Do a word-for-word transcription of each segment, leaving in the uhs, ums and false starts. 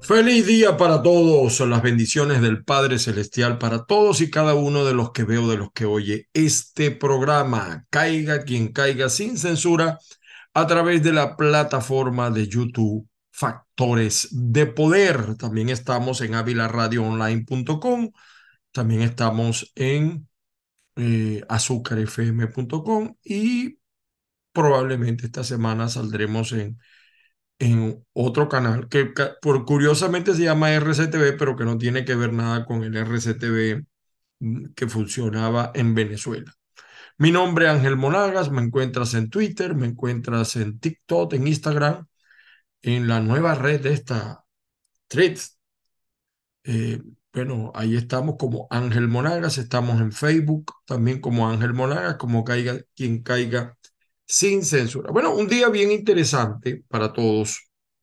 Feliz día para todos, las bendiciones del Padre Celestial para todos y cada uno de los que veo, de los que oye este programa. Caiga quien caiga sin censura a través de la plataforma de YouTube Factores de Poder. También estamos en avila radio online punto com, también estamos en eh, azúcar f m punto com y probablemente esta semana saldremos en en otro canal que ca- por curiosamente se llama R C T V, pero que no tiene que ver nada con el R C T V mm, que funcionaba en Venezuela. Mi nombre es Ángel Monagas, me encuentras en Twitter, me encuentras en TikTok, en Instagram, en la nueva red de esta Threads. Eh, bueno, ahí estamos como Ángel Monagas, estamos en Facebook también como Ángel Monagas, como caiga quien caiga sin censura. Bueno, un día bien interesante para todos.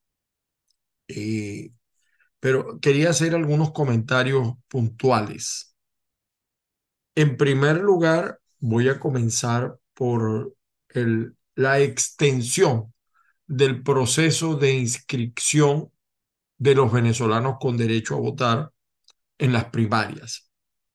Eh, pero quería hacer algunos comentarios puntuales. En primer lugar, voy a comenzar por el, la extensión del proceso de inscripción de los venezolanos con derecho a votar en las primarias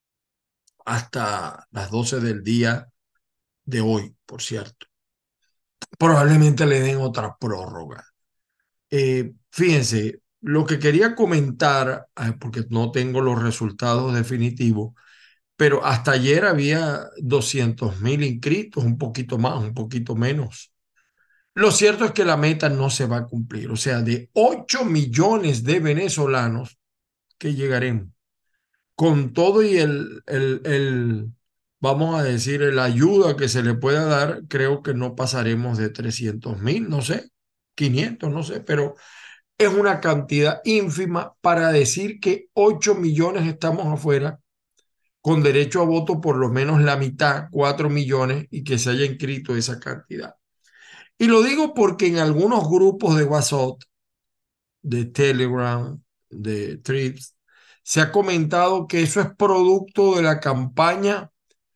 hasta las doce del día de hoy, por cierto. Probablemente le den otra prórroga. Eh, fíjense, lo que quería comentar, eh, porque no tengo los resultados definitivos, pero hasta ayer había doscientos mil inscritos, un poquito más, un poquito menos. Lo cierto es que la meta no se va a cumplir, o sea, de ocho millones de venezolanos que llegaremos, con todo y el, el, el, vamos a decir, la ayuda que se le pueda dar, creo que no pasaremos de trescientos mil, no sé, quinientos, no sé, pero es una cantidad ínfima para decir que ocho millones estamos afuera con derecho a voto por lo menos la mitad, cuatro millones, y que se haya inscrito esa cantidad. Y lo digo porque en algunos grupos de WhatsApp, de Telegram, de Threads, se ha comentado que eso es producto de la campaña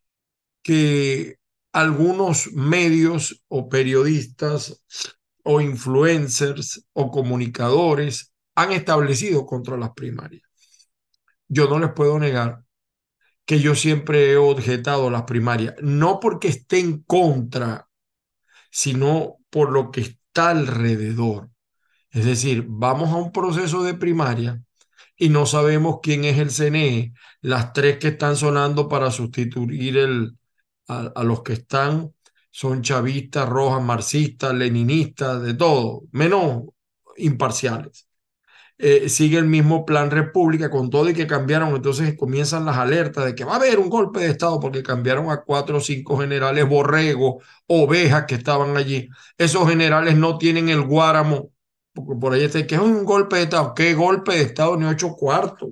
que algunos medios o periodistas o influencers o comunicadores han establecido contra las primarias. Yo no les puedo negar que yo siempre he objetado las primarias, no porque esté en contra, sino por lo que está alrededor. Es decir, vamos a un proceso de primaria y no sabemos quién es el C N E, las tres que están sonando para sustituir el, a, a los que están son chavistas, rojas, marxistas, leninistas, de todo, menos imparciales. Eh, sigue el mismo plan República con todo y que cambiaron, entonces comienzan las alertas de que va a haber un golpe de Estado porque cambiaron a cuatro o cinco generales borregos, ovejas que estaban allí. Esos generales no tienen el Guáramo, porque por ahí está que es un golpe de Estado. ¿Qué golpe de Estado ni ocho cuartos?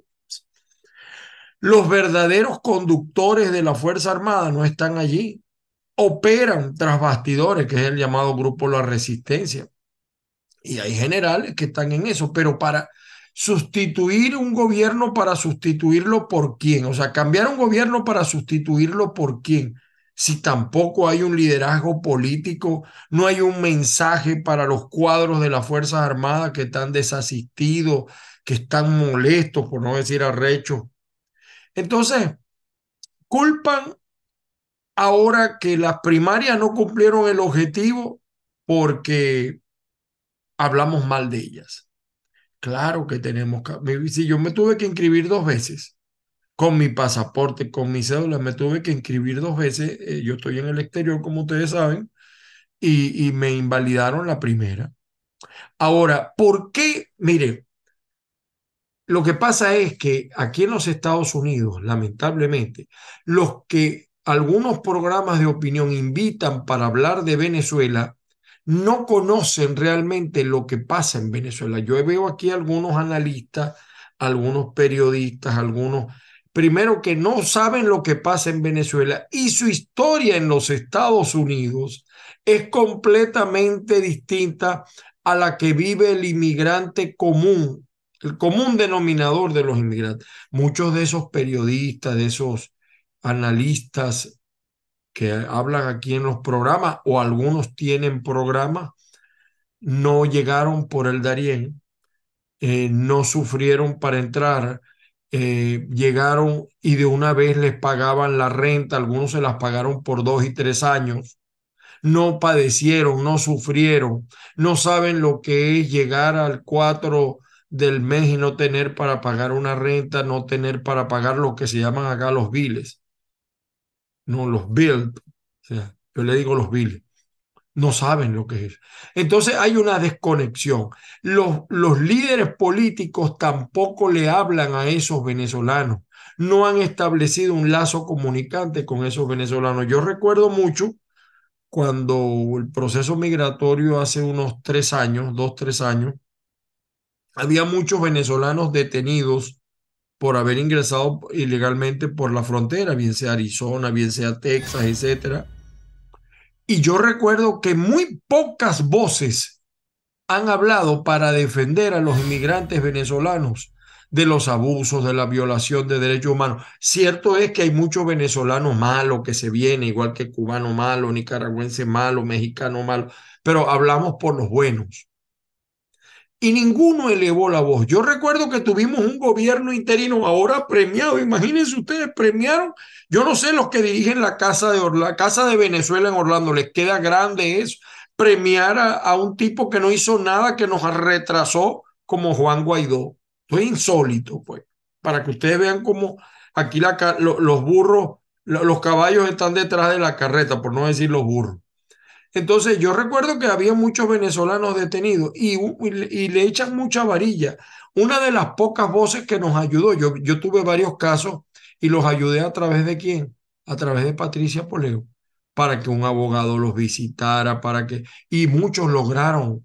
Los verdaderos conductores de la Fuerza Armada no están allí. Operan tras bastidores, que es el llamado Grupo La Resistencia. Y hay generales que están en eso, pero para sustituir un gobierno, para sustituirlo por quién, o sea, cambiar un gobierno para sustituirlo por quién, si tampoco hay un liderazgo político, no hay un mensaje para los cuadros de las Fuerzas Armadas que están desasistidos, que están molestos, por no decir arrechos. Entonces, culpan ahora que las primarias no cumplieron el objetivo porque hablamos mal de ellas. Claro que tenemos que... Si yo me tuve que inscribir dos veces con mi pasaporte, con mi cédula, me tuve que inscribir dos veces. Eh, yo estoy en el exterior, como ustedes saben, y, y me invalidaron la primera. Ahora, ¿por qué? Mire, lo que pasa es que aquí en los Estados Unidos, lamentablemente, los que algunos programas de opinión invitan para hablar de Venezuela no conocen realmente lo que pasa en Venezuela. Yo veo aquí algunos analistas, algunos periodistas, algunos, primero que no saben lo que pasa en Venezuela y su historia en los Estados Unidos es completamente distinta a la que vive el inmigrante común, el común denominador de los inmigrantes. Muchos de esos periodistas, de esos analistas que hablan aquí en los programas, o algunos tienen programas, no llegaron por el Darién, eh, no sufrieron para entrar, eh, llegaron y de una vez les pagaban la renta, algunos se las pagaron por dos y tres años, no padecieron, no sufrieron, no saben lo que es llegar al cuatro del mes y no tener para pagar una renta, no tener para pagar lo que se llaman acá los biles, no los bills, o sea, yo le digo los biles. No saben lo que es. Entonces hay una desconexión. Los, los líderes políticos tampoco le hablan a esos venezolanos. No han establecido un lazo comunicante con esos venezolanos. Yo recuerdo mucho cuando el proceso migratorio hace unos tres años, dos, tres años, había muchos venezolanos detenidos por haber ingresado ilegalmente por la frontera, bien sea Arizona, bien sea Texas, etcétera. Y yo recuerdo que muy pocas voces han hablado para defender a los inmigrantes venezolanos de los abusos, de la violación de derechos humanos. Cierto es que hay muchos venezolanos malos que se vienen, igual que cubano malo, nicaragüense malo, mexicano malo, pero hablamos por los buenos y ninguno elevó la voz. Yo recuerdo que tuvimos un gobierno interino ahora premiado. Imagínense ustedes, premiaron. Yo no sé los que dirigen la Casa de, Orla, Casa de Venezuela en Orlando, les queda grande eso. Premiar a, a un tipo que no hizo nada, que nos retrasó como Juan Guaidó. Esto es insólito, pues, para que ustedes vean cómo aquí la, lo, los burros, lo, los caballos están detrás de la carreta, por no decir los burros. Entonces yo recuerdo que había muchos venezolanos detenidos y, y, le echan mucha varilla. Una de las pocas voces que nos ayudó, yo, yo tuve varios casos y los ayudé a través de quién, a través de Patricia Poleo, para que un abogado los visitara, para que, y muchos lograron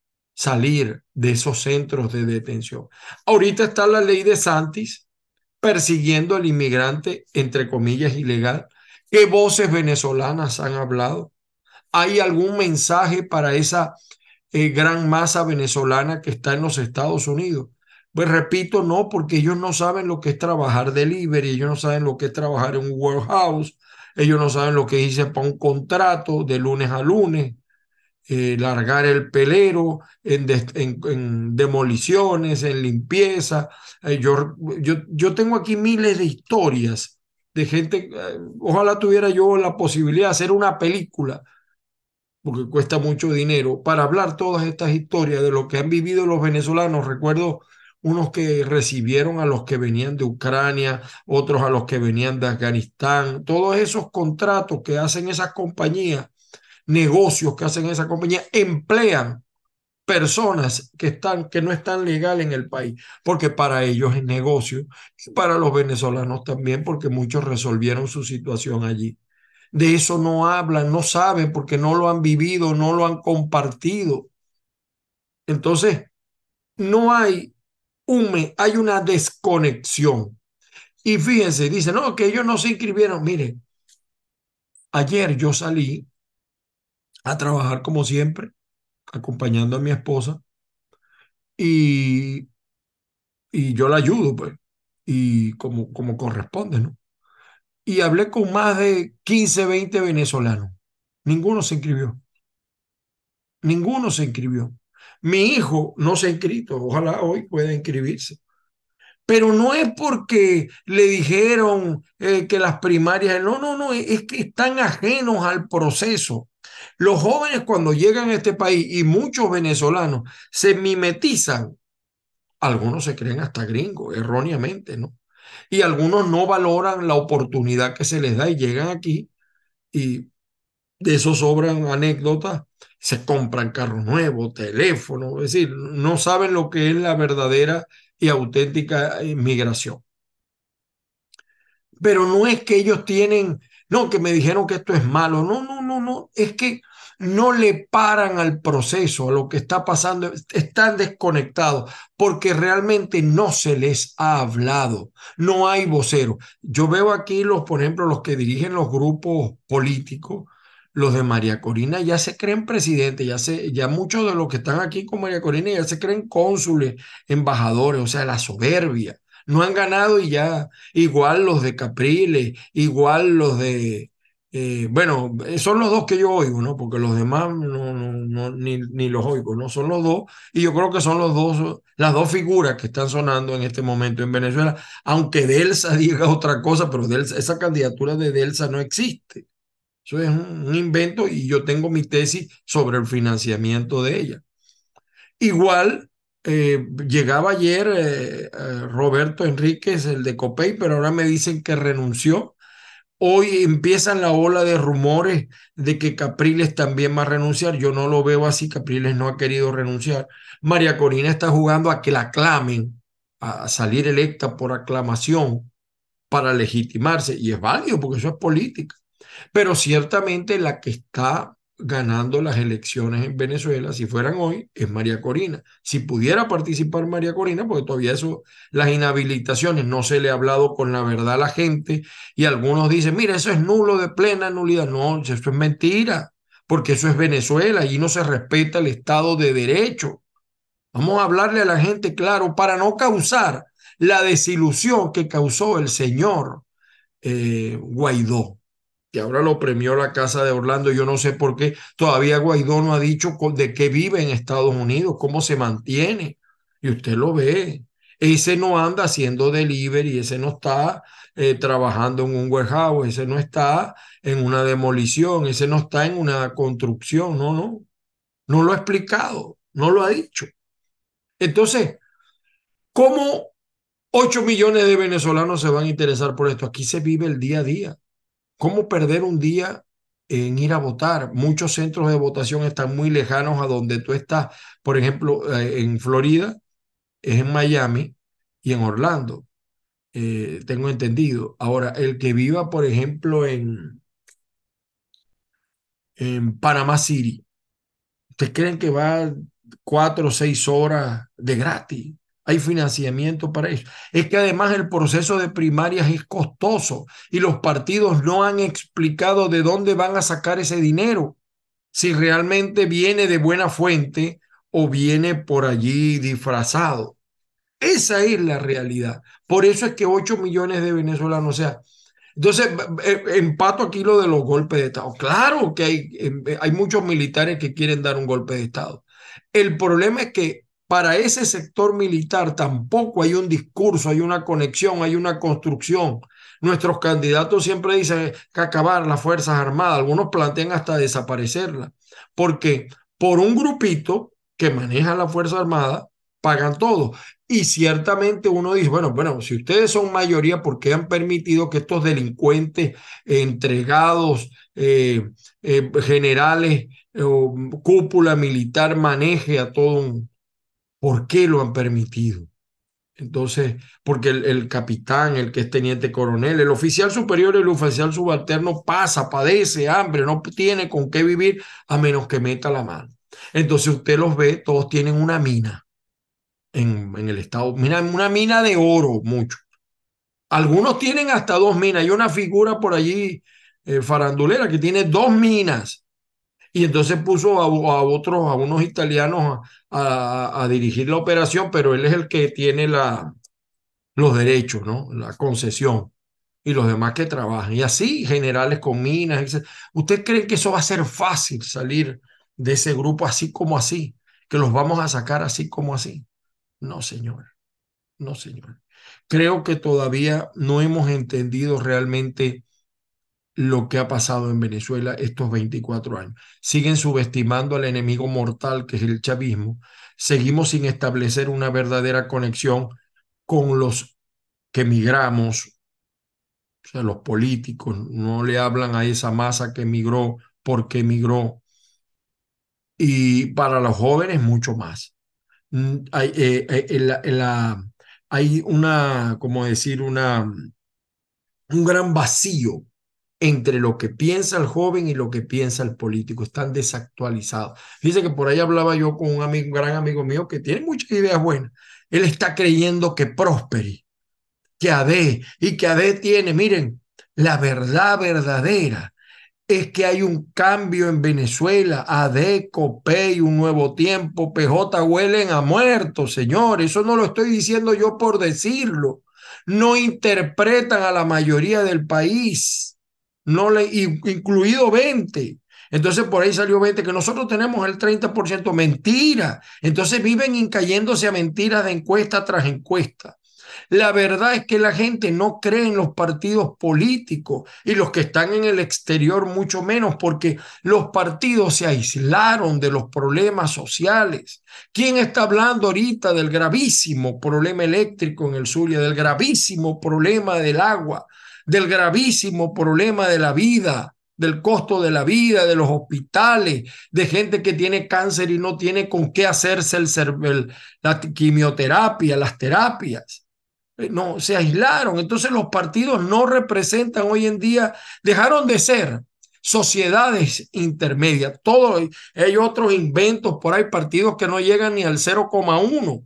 salir de esos centros de detención. Ahorita está la ley de Santis persiguiendo al inmigrante, entre comillas, ilegal. ¿Qué voces venezolanas han hablado? ¿Hay algún mensaje para esa eh, gran masa venezolana que está en los Estados Unidos? Pues repito, no, porque ellos no saben lo que es trabajar delivery, ellos no saben lo que es trabajar en un warehouse, ellos no saben lo que dice para un contrato de lunes a lunes, eh, largar el pelero en, de, en, en demoliciones, en limpieza. Eh, yo, yo, yo tengo aquí miles de historias de gente, eh, ojalá tuviera yo la posibilidad de hacer una película porque cuesta mucho dinero, para hablar todas estas historias de lo que han vivido los venezolanos. Recuerdo unos que recibieron a los que venían de Ucrania, otros a los que venían de Afganistán, todos esos contratos que hacen esas compañías, negocios que hacen esas compañías, emplean personas que están, que no están legal en el país, porque para ellos es negocio y para los venezolanos también, porque muchos resolvieron su situación allí. De eso no hablan, no saben porque no lo han vivido, no lo han compartido. Entonces, no hay un, hay una desconexión. Y fíjense, dice, no, que ellos no se inscribieron. Mire, ayer yo salí a trabajar como siempre, acompañando a mi esposa y, y yo la ayudo, pues, y como, como corresponde, ¿no? Y hablé con más de quince veinte venezolanos. Ninguno se inscribió. Ninguno se inscribió. Mi hijo no se ha inscrito, ojalá hoy pueda inscribirse. Pero no es porque le dijeron eh, que las primarias, no, no, no, es que están ajenos al proceso. Los jóvenes cuando llegan a este país y muchos venezolanos se mimetizan, algunos se creen hasta gringos, erróneamente, ¿no? Y algunos no valoran la oportunidad que se les da y llegan aquí y de eso sobran anécdotas, se compran carros nuevos, teléfonos, es decir, no saben lo que es la verdadera y auténtica inmigración. Pero no es que ellos tienen, no, que me dijeron que esto es malo, no, no, no, no, es que no le paran al proceso, a lo que está pasando, están desconectados porque realmente no se les ha hablado, no hay vocero. Yo veo aquí los, por ejemplo, los que dirigen los grupos políticos, los de María Corina ya se creen presidentes, ya, se, ya muchos de los que están aquí con María Corina ya se creen cónsules, embajadores, o sea, la soberbia. No han ganado y ya, igual los de Capriles, igual los de Eh, bueno, eh, son los dos que yo oigo, ¿no? Porque los demás no, no, no, ni, ni los oigo, ¿no? Son los dos, y yo creo que son los dos, las dos figuras que están sonando en este momento en Venezuela, aunque Delsa diga otra cosa, pero Delsa, esa candidatura de Delsa no existe. Eso es un, un invento y yo tengo mi tesis sobre el financiamiento de ella. Igual, eh, llegaba ayer eh, eh, Roberto Enríquez, el de Copey, pero ahora me dicen que renunció. Hoy empiezan la ola de rumores de que Capriles también va a renunciar. Yo no lo veo así. Capriles no ha querido renunciar. María Corina está jugando a que la aclamen, a salir electa por aclamación para legitimarse. Y es válido porque eso es política. Pero ciertamente la que está ganando las elecciones en Venezuela, si fueran hoy, es María Corina. Si pudiera participar María Corina, porque todavía eso, las inhabilitaciones, no se le ha hablado con la verdad a la gente y algunos dicen, mira, eso es nulo de plena nulidad. No, eso es mentira, porque eso es Venezuela y no se respeta el Estado de Derecho. Vamos a hablarle a la gente claro para no causar la desilusión que causó el señor eh, Guaidó, que ahora lo premió la Casa de Orlando. Yo no sé por qué todavía Guaidó no ha dicho de qué vive en Estados Unidos, cómo se mantiene. Y usted lo ve. Ese no anda haciendo delivery, ese no está eh, trabajando en un warehouse, ese no está en una demolición, ese no está en una construcción, no, no. No lo ha explicado, no lo ha dicho. Entonces, ¿cómo ocho millones de venezolanos se van a interesar por esto? Aquí se vive el día a día. ¿Cómo perder un día en ir a votar? Muchos centros de votación están muy lejanos a donde tú estás. Por ejemplo, eh, en Florida, es en Miami y en Orlando, eh, tengo entendido. Ahora, el que viva, por ejemplo, en, en Panamá City, ¿ustedes creen que va cuatro o seis horas de gratis? Hay financiamiento para eso. Es que además el proceso de primarias es costoso y los partidos no han explicado de dónde van a sacar ese dinero, si realmente viene de buena fuente o viene por allí disfrazado. Esa es la realidad. Por eso es que ocho millones de venezolanos, o sea, entonces eh, empato aquí lo de los golpes de Estado. Claro que hay, eh, hay muchos militares que quieren dar un golpe de Estado. El problema es que para ese sector militar tampoco hay un discurso, hay una conexión, hay una construcción. Nuestros candidatos siempre dicen que acabar las Fuerzas Armadas, algunos plantean hasta desaparecerlas, porque por un grupito que maneja la Fuerza Armada pagan todo. Y ciertamente uno dice, bueno, bueno, si ustedes son mayoría, ¿por qué han permitido que estos delincuentes eh, entregados, eh, eh, generales, eh, o cúpula militar maneje a todo un... ¿Por qué lo han permitido? Entonces, porque el, el capitán, el que es teniente coronel, el oficial superior y el oficial subalterno pasa, padece hambre, no tiene con qué vivir a menos que meta la mano. Entonces usted los ve, todos tienen una mina en, en el estado, mira, una mina de oro, mucho. Algunos tienen hasta dos minas. Hay una figura por allí eh, farandulera que tiene dos minas. Y entonces puso a, a otros, a unos italianos a, a, a dirigir la operación, pero él es el que tiene la, los derechos, ¿no? La concesión. Y los demás que trabajan. Y así, generales con minas, etcétera. ¿Usted cree que eso va a ser fácil salir de ese grupo así como así? ¿Que los vamos a sacar así como así? No, señor. No, señor. Creo que todavía no hemos entendido realmente lo que ha pasado en Venezuela estos veinticuatro años. Siguen subestimando al enemigo mortal que es el chavismo. Seguimos sin establecer una verdadera conexión con los que migramos, o sea, los políticos no le hablan a esa masa que migró porque migró. Y para los jóvenes mucho más. Mm, Hay, eh, eh, en la, en la- hay una, como decir, una un gran vacío entre lo que piensa el joven y lo que piensa el político. Están desactualizados. Dice que por ahí hablaba yo con un amigo, un gran amigo mío que tiene muchas ideas buenas. Él está creyendo que Prosperi, que A D y que A D tiene, miren, la verdad verdadera es que hay un cambio en Venezuela. A D, Copey, un nuevo tiempo, P J huelen a muertos, señor. Eso no lo estoy diciendo yo por decirlo. No interpretan a la mayoría del país. no le, incluido veinte. Entonces por ahí salió veinte, que nosotros tenemos el treinta por ciento. Mentira. Entonces viven cayéndose a mentiras de encuesta tras encuesta. La verdad es que la gente no cree en los partidos políticos y los que están en el exterior mucho menos, porque los partidos se aislaron de los problemas sociales. ¿Quién está hablando ahorita del gravísimo problema eléctrico en el Zulia, del gravísimo problema del agua, del gravísimo problema de la vida, del costo de la vida, de los hospitales, de gente que tiene cáncer y no tiene con qué hacerse el, el, la quimioterapia, las terapias? No, se aislaron. Entonces los partidos no representan hoy en día, dejaron de ser sociedades intermedias. Todo, hay otros inventos por ahí, partidos que no llegan ni al cero coma uno.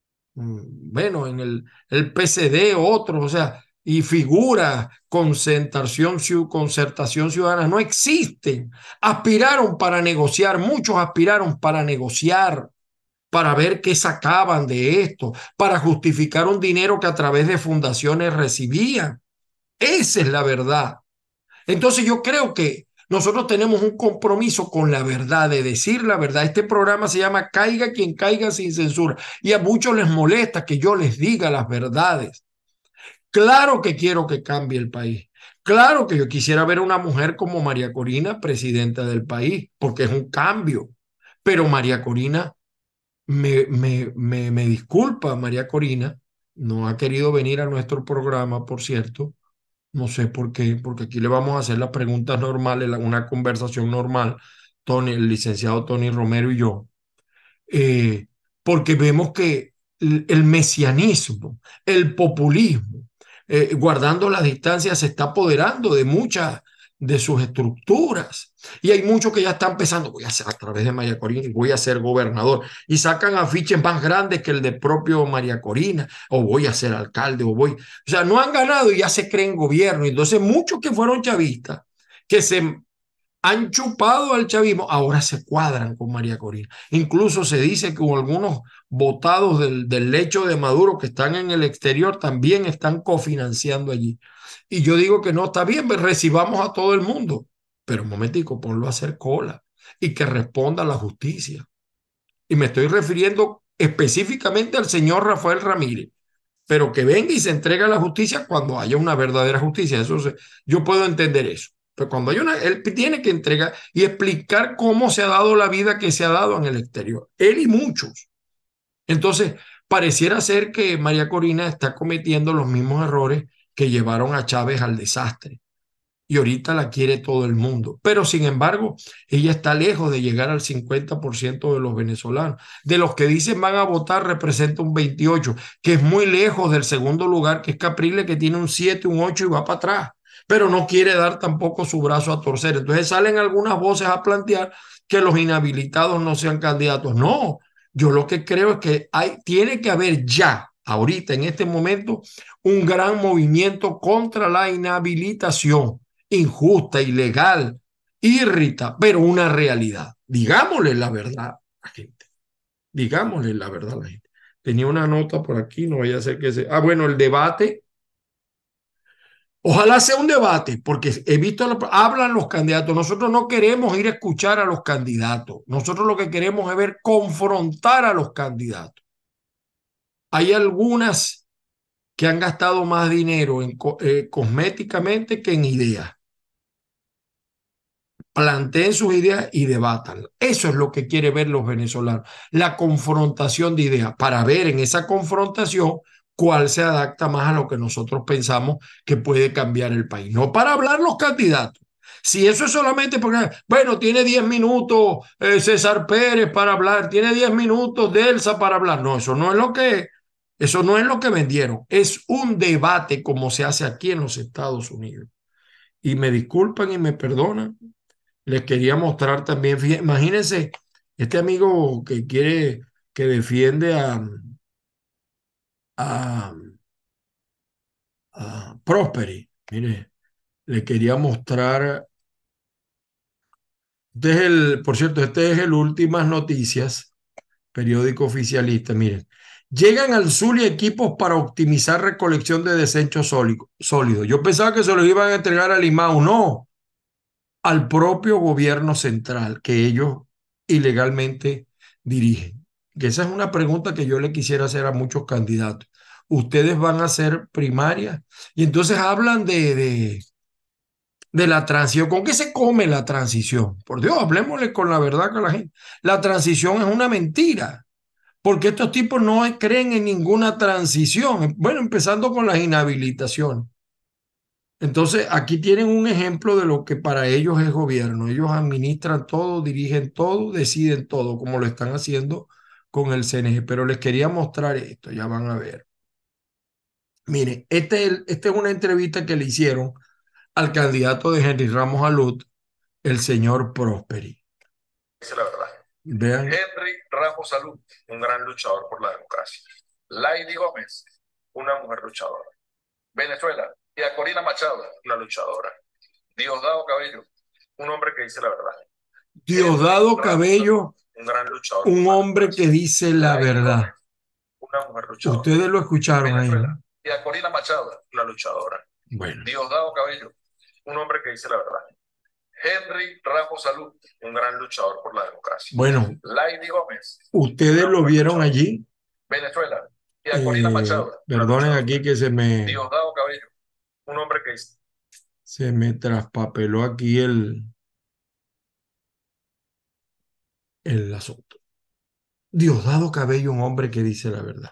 Bueno, en el, el P C D, otros, o sea, y figuras, concertación, concertación ciudadana, no existen. Aspiraron para negociar, muchos aspiraron para negociar, para ver qué sacaban de esto, para justificar un dinero que a través de fundaciones recibían. Esa es la verdad. Entonces yo creo que nosotros tenemos un compromiso con la verdad, de decir la verdad. Este programa se llama Caiga quien caiga sin censura, y a muchos les molesta que yo les diga las verdades. Claro que quiero que cambie el país. Claro que yo quisiera ver a una mujer como María Corina presidenta del país, porque es un cambio. Pero María Corina, me, me, me, me disculpa, María Corina, no ha querido venir a nuestro programa, por cierto. No sé por qué, porque aquí le vamos a hacer las preguntas normales, una conversación normal, Tony, el licenciado Tony Romero y yo, eh, porque vemos que el, el mesianismo, el populismo, eh, guardando las distancias, se está apoderando de muchas de sus estructuras. Y hay muchos que ya están pensando, voy a hacer a través de María Corina y voy a ser gobernador. Y sacan afiches más grandes que el de propio María Corina, o voy a ser alcalde, o voy. O sea, no han ganado y ya se creen gobierno. Entonces, muchos que fueron chavistas, que se han chupado al chavismo, ahora se cuadran con María Corina. Incluso se dice que algunos votados del, del lecho de Maduro que están en el exterior también están cofinanciando allí. Y yo digo que no está bien, recibamos a todo el mundo, pero un momentico, ponlo a hacer cola y que responda a la justicia. Y me estoy refiriendo específicamente al señor Rafael Ramírez, pero que venga y se entregue a la justicia cuando haya una verdadera justicia. Eso se, yo puedo entender eso. Pero cuando hay una, él tiene que entregar y explicar cómo se ha dado la vida que se ha dado en el exterior. Él y muchos. Entonces, pareciera ser que María Corina está cometiendo los mismos errores que llevaron a Chávez al desastre. Y ahorita la quiere todo el mundo. Pero sin embargo, ella está lejos de llegar al cincuenta por ciento de los venezolanos. De los que dicen van a votar, representa un veintiocho por ciento, que es muy lejos del segundo lugar, que es Capriles, que tiene un siete, un ocho y va para atrás. Pero no quiere dar tampoco su brazo a torcer. Entonces salen algunas voces a plantear que los inhabilitados no sean candidatos. No, yo lo que creo es que hay, tiene que haber ya, ahorita, en este momento, un gran movimiento contra la inhabilitación injusta, ilegal, irrita, pero una realidad. Digámosle la verdad a la gente. Digámosle la verdad a la gente. Tenía una nota por aquí, no vaya a ser que se... Ah, bueno, el debate. Ojalá sea un debate, porque he visto, hablan los candidatos. Nosotros no queremos ir a escuchar a los candidatos. Nosotros lo que queremos es ver confrontar a los candidatos. Hay algunas que han gastado más dinero en, eh, cosméticamente que en ideas. Planteen sus ideas y debatan. Eso es lo que quiere ver los venezolanos, la confrontación de ideas, para ver en esa confrontación cuál se adapta más a lo que nosotros pensamos que puede cambiar el país. No para hablar los candidatos. Si eso es solamente porque, bueno, tiene diez minutos eh, César Pérez para hablar, tiene diez minutos Delsa para hablar. No, eso no es lo que, eso no es lo que vendieron. Es un debate como se hace aquí en los Estados Unidos. Y me disculpan y me perdonan, les quería mostrar también, fíjense, imagínense, este amigo que quiere, que defiende a, a, a Prosperi, mire, le quería mostrar, este es el, por cierto, este es el Últimas Noticias, periódico oficialista, miren, llegan al Zulia equipos para optimizar recolección de desechos sólidos. Yo pensaba que se los iban a entregar al I M A U, no, al propio gobierno central que ellos ilegalmente dirigen? Que esa es una pregunta que yo le quisiera hacer a muchos candidatos. Ustedes van a hacer primarias y entonces hablan de, de, de la transición. ¿Con qué se come la transición? Por Dios, hablemosle con la verdad con la gente. La transición es una mentira, porque estos tipos no creen en ninguna transición. Bueno, empezando con las inhabilitaciones. Entonces, aquí tienen un ejemplo de lo que para ellos es gobierno. Ellos administran todo, dirigen todo, deciden todo, como lo están haciendo con el C N G. Pero les quería mostrar esto, ya van a ver. Miren, este, es el- esta es una entrevista que le hicieron al candidato de Henry Ramos Alut, el señor Prosperi. Dice la verdad. Vean, Henry Ramos Salud, un gran luchador por la democracia. Lady Gómez, una mujer luchadora. Venezuela, y a Corina Machado, una luchadora. Diosdado Cabello, un hombre que dice la verdad. Diosdado Cabello, un gran luchador un hombre que dice la Lady verdad. Gómez, una mujer luchadora. Ustedes lo escucharon ahí, Venezuela, ¿no? y a Corina Machado, una luchadora. Bueno, Diosdado Cabello, un hombre que dice la verdad. Henry Ramos Salud, un gran luchador por la democracia. bueno, Lady Gómez, ustedes una lo mujer vieron luchadora. allí. Venezuela, y a Corina Eh, Machado, una perdonen luchadora. aquí que se me, Diosdado Cabello, un hombre que dice se me traspapeló aquí el, el asunto. Diosdado Cabello, un hombre que dice la verdad.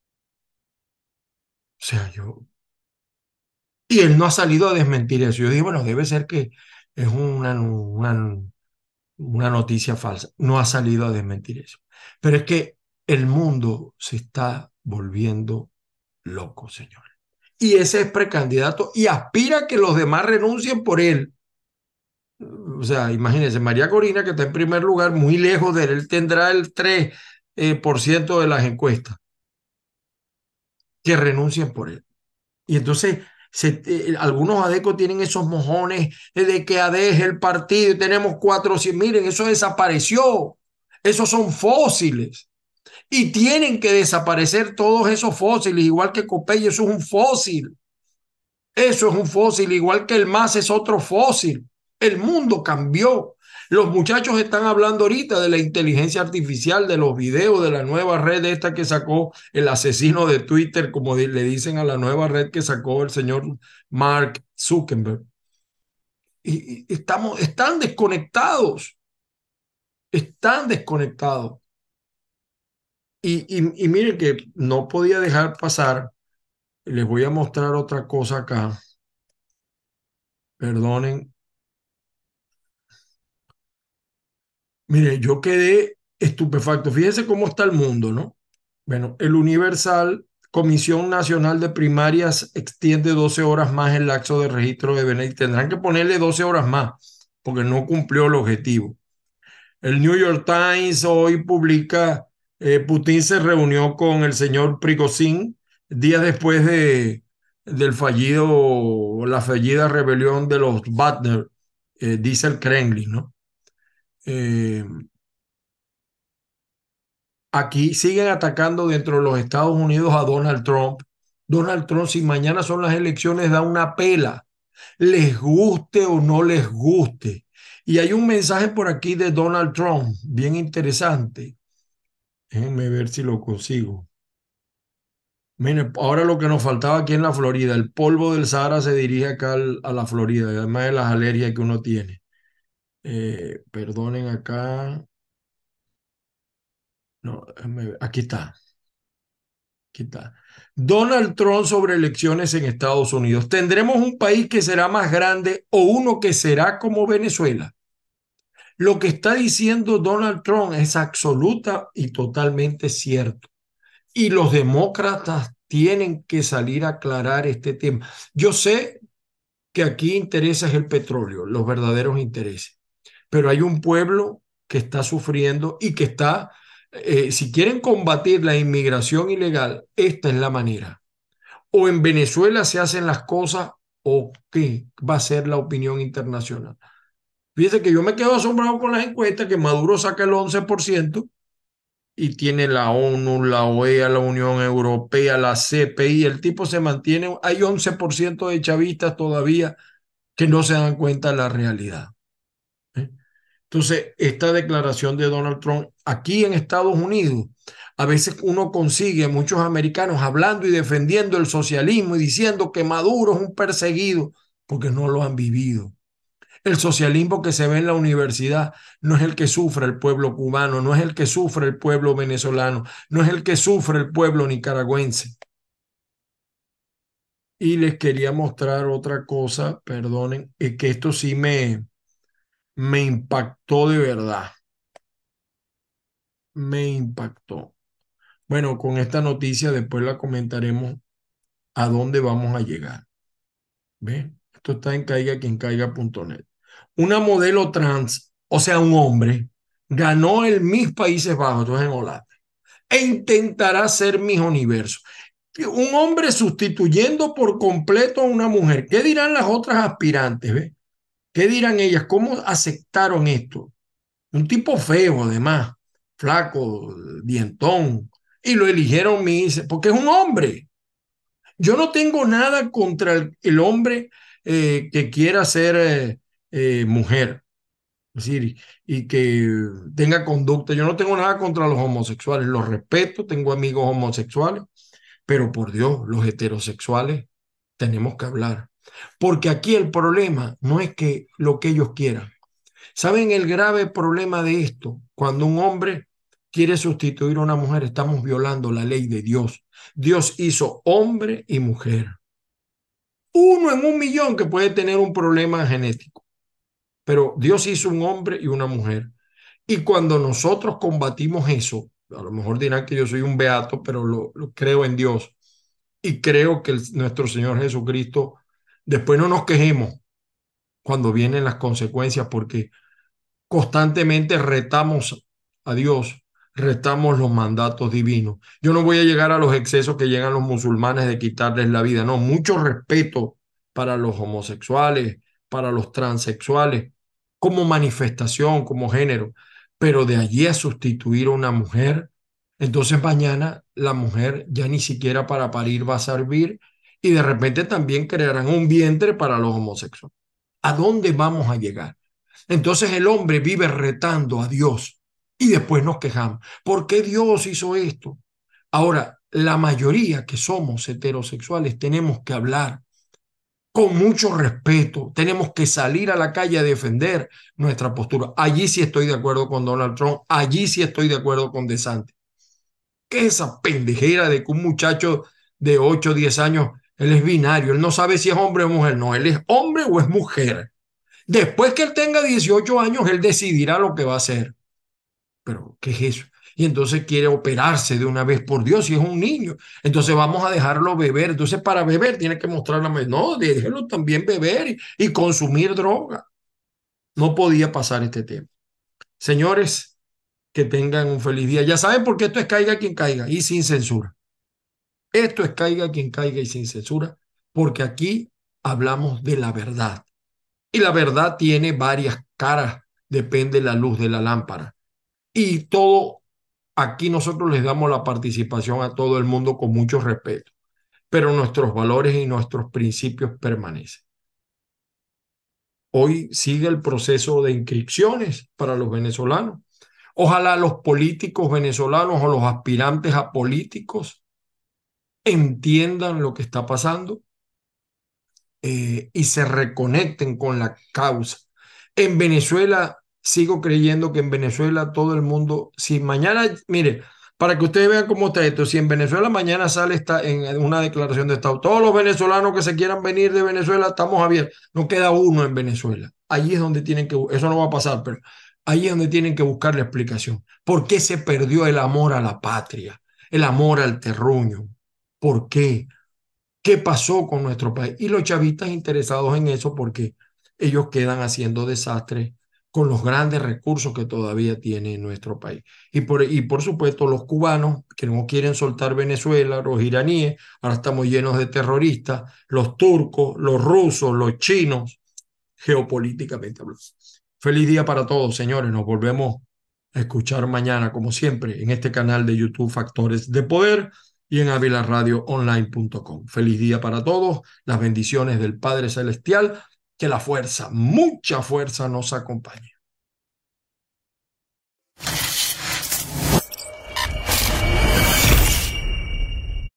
O sea, yo... Y él no ha salido a desmentir eso. Yo dije, bueno, debe ser que es una, una, una noticia falsa. No ha salido a desmentir eso. Pero es que el mundo se está volviendo loco, señor. Y ese es precandidato y aspira a que los demás renuncien por él. O sea, imagínense, María Corina, que está en primer lugar, muy lejos de él, él tendrá el tres eh, por ciento de las encuestas, que renuncien por él. Y entonces, se, eh, algunos adecos tienen esos mojones eh, de que A D es el partido y tenemos cuatrocientos. Miren, eso desapareció. Esos son fósiles. Y tienen que desaparecer todos esos fósiles, igual que Copello, eso es un fósil. Eso es un fósil, igual que el M A S es otro fósil. El mundo cambió. Los muchachos están hablando ahorita de la inteligencia artificial, de los videos, de la nueva red esta que sacó el asesino de Twitter, como le dicen a la nueva red que sacó el señor Mark Zuckerberg. Y, y estamos, están desconectados, están desconectados. Y, y, y miren que no podía dejar pasar, les voy a mostrar otra cosa acá, perdonen. Mire, yo quedé estupefacto. Fíjense cómo está el mundo, ¿no? Bueno, el Universal, Comisión Nacional de Primarias extiende doce horas más el lapso de registro de Benedict. Tendrán que ponerle doce horas más porque no cumplió el objetivo. El New York Times hoy publica, eh, Putin se reunió con el señor Prigozhin días después de, del fallido, la fallida rebelión de los Wagner, eh, dice el Kremlin, ¿no? Eh, Aquí siguen atacando dentro de los Estados Unidos a Donald Trump. Donald Trump, si mañana son las elecciones, da una pela, les guste o no les guste. Y hay un mensaje por aquí de Donald Trump, bien interesante. Déjenme ver si lo consigo. Miren, ahora lo que nos faltaba aquí en la Florida, el polvo del Sahara se dirige acá al- a la Florida, y además de las alergias que uno tiene. Eh, perdonen acá. No, déjenme ver. Aquí está. Aquí está. Donald Trump sobre elecciones en Estados Unidos. ¿Tendremos un país que será más grande o uno que será como Venezuela? Lo que está diciendo Donald Trump es absoluta y totalmente cierto. Y los demócratas tienen que salir a aclarar este tema. Yo sé que aquí interesa es el petróleo, los verdaderos intereses, pero hay un pueblo que está sufriendo y que está, eh, si quieren combatir la inmigración ilegal, esta es la manera. O en Venezuela se hacen las cosas o qué va a ser la opinión internacional. Fíjense que yo me quedo asombrado con las encuestas que Maduro saca el once por ciento y tiene la ONU, la O E A, la Unión Europea, la C P I, el tipo se mantiene, hay once por ciento de chavistas todavía que no se dan cuenta de la realidad. Entonces, esta declaración de Donald Trump aquí en Estados Unidos, a veces uno consigue muchos americanos hablando y defendiendo el socialismo y diciendo que Maduro es un perseguido porque no lo han vivido. El socialismo que se ve en la universidad no es el que sufre el pueblo cubano, no es el que sufre el pueblo venezolano, no es el que sufre el pueblo nicaragüense. Y les quería mostrar otra cosa, perdonen, es que esto sí me, me impactó de verdad, me impactó. Bueno, con esta noticia después la comentaremos a dónde vamos a llegar. ¿Ve? Esto está en caiga quien caiga punto net. Una modelo trans, o sea, un hombre, ganó el Miss Países Bajos, esto es en Holanda, e intentará ser Miss Universo. Un hombre sustituyendo por completo a una mujer. ¿Qué dirán las otras aspirantes? ¿Ve? ¿Qué dirán ellas? ¿Cómo aceptaron esto? Un tipo feo, además, flaco, dientón, y lo eligieron Miss, porque es un hombre. Yo no tengo nada contra el, el hombre eh, que quiera ser eh, eh, mujer, es decir, y que tenga conducta. Yo no tengo nada contra los homosexuales, los respeto, tengo amigos homosexuales, pero por Dios, los heterosexuales tenemos que hablar. Porque aquí el problema no es que lo que ellos quieran. ¿Saben el grave problema de esto? Cuando un hombre quiere sustituir a una mujer, estamos violando la ley de Dios. Dios hizo hombre y mujer. Uno en un millón que puede tener un problema genético, pero Dios hizo un hombre y una mujer. Y cuando nosotros combatimos eso, a lo mejor dirán que yo soy un beato, pero lo, lo creo en Dios y creo que el, nuestro Señor Jesucristo, después no nos quejemos cuando vienen las consecuencias, porque constantemente retamos a Dios, retamos los mandatos divinos. Yo no voy a llegar a los excesos que llegan los musulmanes de quitarles la vida, no, mucho respeto para los homosexuales, para los transexuales, como manifestación, como género, pero de allí a sustituir a una mujer, entonces mañana la mujer ya ni siquiera para parir va a servir y de repente también crearán un vientre para los homosexuales. ¿A dónde vamos a llegar? Entonces el hombre vive retando a Dios y después nos quejamos. ¿Por qué Dios hizo esto? Ahora, la mayoría que somos heterosexuales tenemos que hablar con mucho respeto, tenemos que salir a la calle a defender nuestra postura. Allí sí estoy de acuerdo con Donald Trump, allí sí estoy de acuerdo con DeSantis. ¿Qué es esa pendejera de que un muchacho de ocho o diez años, él es binario, él no sabe si es hombre o mujer? No, él es hombre o es mujer. Después que él tenga dieciocho años, él decidirá lo que va a hacer. Pero, ¿qué es eso? Y entonces quiere operarse de una vez, por Dios, si es un niño. Entonces vamos a dejarlo beber. Entonces para beber tiene que mostrar la... No, déjelo también beber y, y consumir droga. No podía pasar este tema. Señores, que tengan un feliz día. Ya saben por qué esto es caiga quien caiga y sin censura. Esto es caiga quien caiga y sin censura, porque aquí hablamos de la verdad. Y la verdad tiene varias caras, depende de la luz de la lámpara. Y todo, aquí nosotros les damos la participación a todo el mundo con mucho respeto, pero nuestros valores y nuestros principios permanecen. Hoy sigue el proceso de inscripciones para los venezolanos. Ojalá los políticos venezolanos o los aspirantes a políticos entiendan lo que está pasando eh, y se reconecten con la causa. En Venezuela, sigo creyendo que en Venezuela todo el mundo, si mañana, mire, para que ustedes vean cómo está esto, si en Venezuela mañana sale esta, en una declaración de Estado, todos los venezolanos que se quieran venir de Venezuela, estamos abiertos, no queda uno en Venezuela. Allí es donde tienen que, eso no va a pasar, pero ahí es donde tienen que buscar la explicación. ¿Por qué se perdió el amor a la patria, el amor al terruño? ¿Por qué? ¿Qué pasó con nuestro país? Y los chavistas interesados en eso porque ellos quedan haciendo desastres con los grandes recursos que todavía tiene nuestro país. Y por, y por supuesto los cubanos que no quieren soltar Venezuela, los iraníes, ahora estamos llenos de terroristas, los turcos, los rusos, los chinos, geopolíticamente hablando. Feliz día para todos, señores. Nos volvemos a escuchar mañana, como siempre, en este canal de YouTube Factores de Poder y en avila radio online punto com. Feliz día para todos, las bendiciones del Padre Celestial, que la fuerza, mucha fuerza nos acompañe.